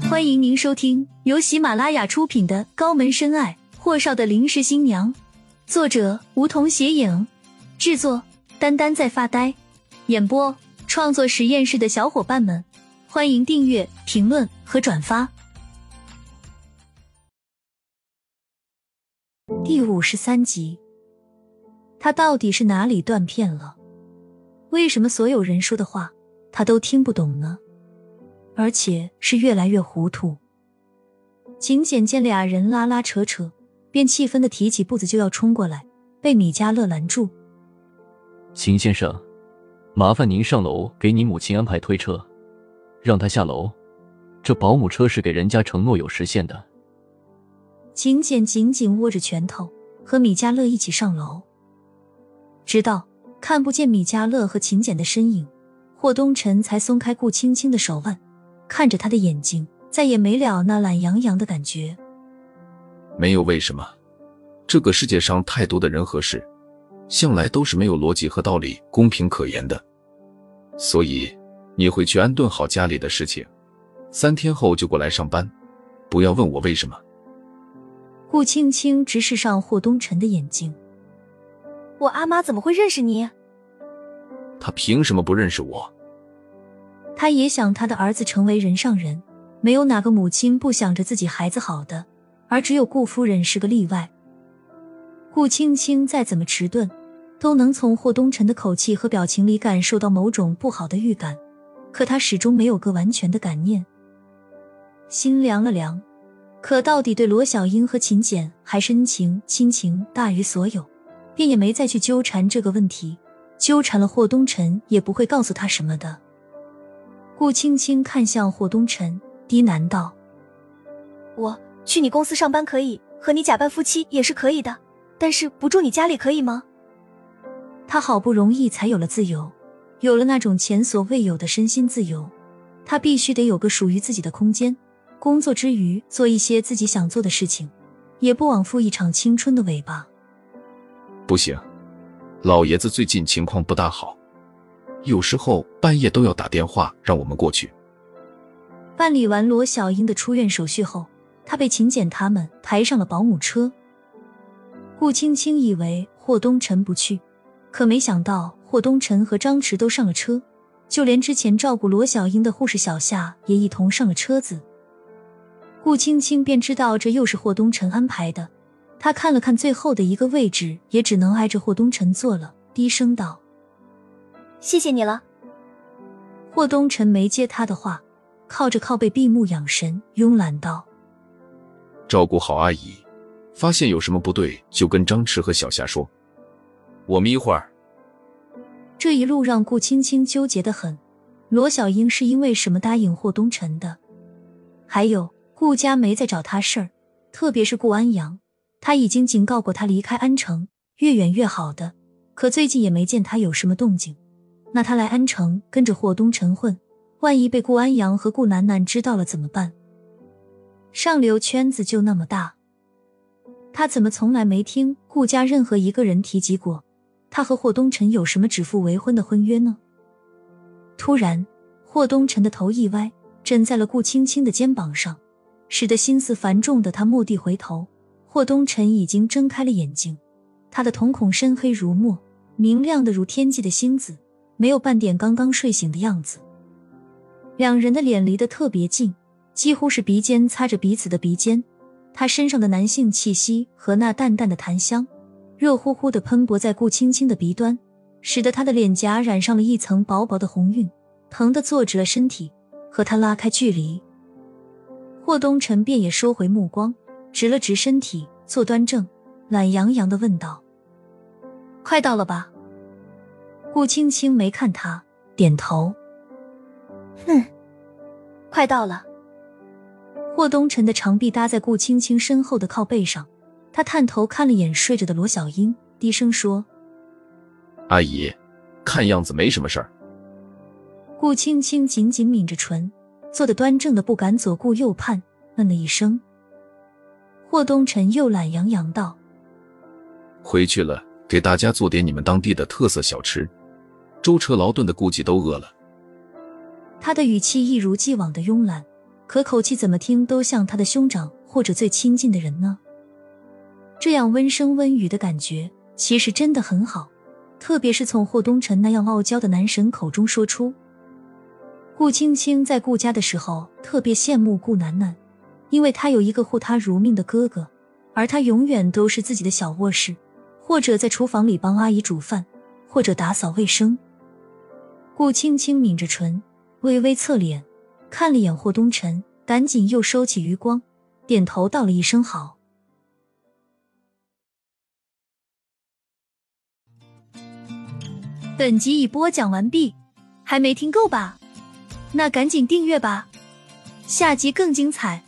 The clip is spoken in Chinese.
欢迎您收听由喜马拉雅出品的《高门深爱：霍少的临时新娘》，作者梧桐斜影，制作丹丹在发呆，演播创作实验室的小伙伴们，欢迎订阅、评论和转发。第53集，他到底是哪里断片了？为什么所有人说的话他都听不懂呢？而且是越来越糊涂。秦简见俩人拉拉扯扯，便气愤地提起步子就要冲过来，被米迦勒拦住。 秦先生，麻烦您上楼给你母亲安排推车，让她下楼。这保姆车是给人家承诺有实现的。 秦简紧紧握着拳头，和米迦勒一起上楼。直到看不见米迦勒和秦简的身影，霍东辰才松开顾青青的手腕，看着他的眼睛，再也没了那懒洋洋的感觉。 没有为什么，这个世界上太多的人和事，向来都是没有逻辑和道理、公平可言的。所以你回去安顿好家里的事情，3天后就过来上班，不要问我为什么。 顾青青直视上霍东辰的眼睛。 我阿妈怎么会认识你？ 她凭什么不认识我？ 他也想他的儿子成为人上人，没有哪个母亲不想着自己孩子好的，而只有顾夫人是个例外。顾青青再怎么迟钝，都能从霍东辰的口气和表情里感受到某种不好的预感，可他始终没有个完全的感念。心凉了凉，可到底对罗小英和秦简还是恩情亲情大于所有，便也没再去纠缠这个问题，纠缠了霍东辰也不会告诉他什么的。顾青青看向霍东辰，低喃道： 我去你公司上班可以，和你假扮夫妻也是可以的，但是不住你家里可以吗？ 他好不容易才有了自由，有了那种前所未有的身心自由，他必须得有个属于自己的空间，工作之余做一些自己想做的事情，也不枉付一场青春的尾巴。 不行，老爷子最近情况不大好，有时候半夜都要打电话让我们过去。 办理完罗小英的出院手续后，他被秦简他们抬上了保姆车。顾青青以为霍东辰不去，可没想到霍东辰和张弛都上了车，就连之前照顾罗小英的护士小夏也一同上了车子。顾青青便知道这又是霍东辰安排的，他看了看最后的一个位置，也只能挨着霍东辰坐了，低声道： 谢谢你了。 霍东辰没接他的话，靠着靠背闭目养神，慵懒道： 照顾好阿姨，发现有什么不对就跟张弛和小夏说，我们一会儿。 这一路让顾青青纠结得很，罗小英是因为什么答应霍东辰的？还有顾家没再找他事儿，特别是顾安阳，他已经警告过他离开安城，越远越好的，可最近也没见他有什么动静。那他来安城跟着霍东辰混，万一被顾安阳和顾楠楠知道了怎么办？上流圈子就那么大，他怎么从来没听顾家任何一个人提及过他和霍东辰有什么指腹为婚的婚约呢？突然霍东辰的头一歪，枕在了顾青青的肩膀上，使得心思繁重的他蓦地回头，霍东辰已经睁开了眼睛，他的瞳孔深黑如墨，明亮的如天际的星子，没有半点刚刚睡醒的样子。两人的脸离得特别近，几乎是鼻尖擦着彼此的鼻尖，他身上的男性气息和那淡淡的檀香热乎乎地喷薄在顾青青的鼻端，使得他的脸颊染上了一层薄薄的红晕，疼得坐直了身体，和他拉开距离。霍东辰便也收回目光，直了直身体，坐端正，懒洋洋地问道：快到了吧？顾青青没看他，点头。 快到了。 霍东辰的长臂搭在顾青青身后的靠背上，他探头看了眼睡着的罗小英，低声说： 阿姨，看样子没什么事儿。 顾青青紧紧抿着唇，坐得端正的不敢左顾右盼，嗯了一声。霍东辰又懒洋洋道： 回去了，给大家做点你们当地的特色小吃，舟车劳顿的估计都饿了。 他的语气一如既往的慵懒， 可口气怎么听都像他的兄长或者最亲近的人呢。这样温声温语的感觉其实真的很好，特别是从霍东辰那样傲娇的男神口中说出。顾青青在顾家的时候特别羡慕顾楠楠，因为他有一个护他如命的哥哥，而他永远都是自己的小卧室，或者在厨房里帮阿姨煮饭，或者打扫卫生。顾青青抿着唇，微微侧脸看了眼霍东辰，赶紧又收起余光，点头道了一声好。本集已播讲完毕，还没听够吧？那赶紧订阅吧，下集更精彩。